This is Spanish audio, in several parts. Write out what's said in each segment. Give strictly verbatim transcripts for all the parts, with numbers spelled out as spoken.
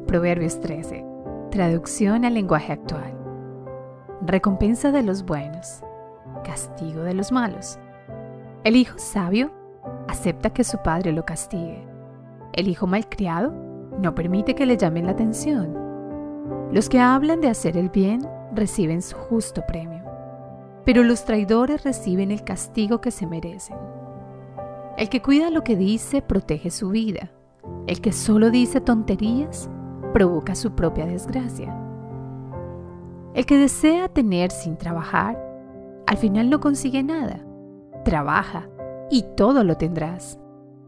Proverbios trece. Traducción al lenguaje actual. Recompensa de los buenos, castigo de los malos. El hijo sabio acepta que su padre lo castigue. El hijo malcriado no permite que le llamen la atención. Los que hablan de hacer el bien reciben su justo premio, pero los traidores reciben el castigo que se merecen. El que cuida lo que dice protege su vida. El que solo dice tonterías provoca su propia desgracia. El que desea tener sin trabajar, al final no consigue nada. Trabaja y todo lo tendrás.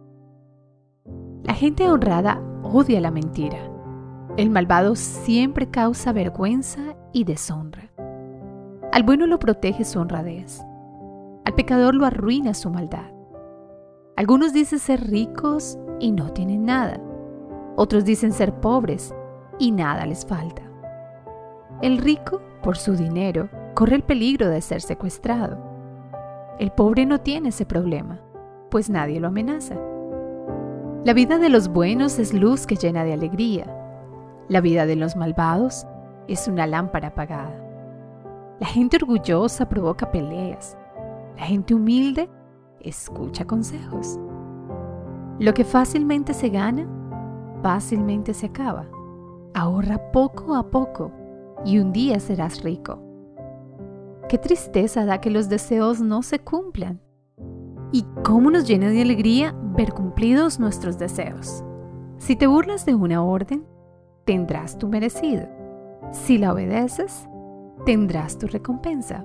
La gente honrada odia la mentira. El malvado siempre causa vergüenza y deshonra. Al bueno lo protege su honradez. Al pecador lo arruina su maldad. Algunos dicen ser ricos y no tienen nada. Otros dicen ser pobres y nada les falta. El rico, por su dinero, corre el peligro de ser secuestrado. El pobre no tiene ese problema, pues nadie lo amenaza. La vida de los buenos es luz que llena de alegría. La vida de los malvados es una lámpara apagada. La gente orgullosa provoca peleas. La gente humilde escucha consejos. Lo que fácilmente se gana, fácilmente se acaba. Ahorra poco a poco y un día serás rico. Qué tristeza da que los deseos no se cumplan. Y cómo nos llena de alegría ver cumplidos nuestros deseos. Si te burlas de una orden, tendrás tu merecido. Si la obedeces, tendrás tu recompensa.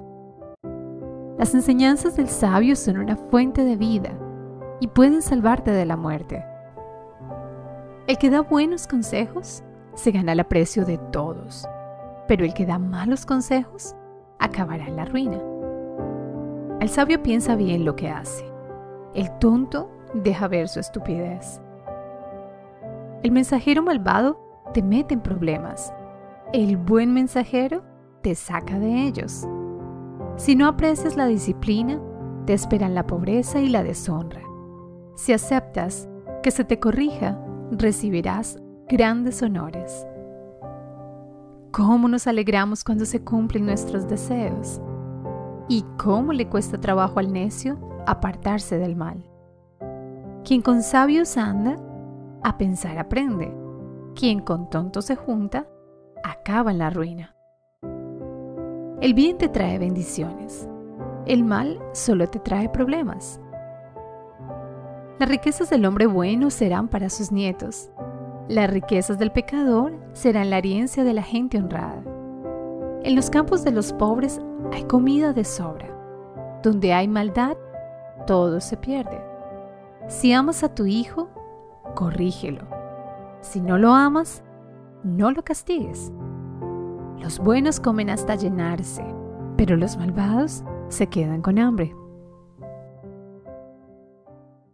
Las enseñanzas del sabio son una fuente de vida y pueden salvarte de la muerte. El que da buenos consejos se gana el aprecio de todos, pero el que da malos consejos acabará en la ruina. El sabio piensa bien lo que hace. El tonto deja ver su estupidez. El mensajero malvado te mete en problemas. El buen mensajero te saca de ellos. Si no aprecias la disciplina, te esperan la pobreza y la deshonra. Si aceptas que se te corrija, recibirás grandes honores. ¿Cómo nos alegramos cuando se cumplen nuestros deseos? ¿Y cómo le cuesta trabajo al necio apartarse del mal? Quien con sabios anda, a pensar aprende. Quien con tontos se junta, acaba en la ruina. El bien te trae bendiciones. El mal solo te trae problemas. Las riquezas del hombre bueno serán para sus nietos. Las riquezas del pecador serán la herencia de la gente honrada. En los campos de los pobres hay comida de sobra. Donde hay maldad, todo se pierde. Si amas a tu hijo, corrígelo. Si no lo amas, no lo castigues. Los buenos comen hasta llenarse, pero los malvados se quedan con hambre.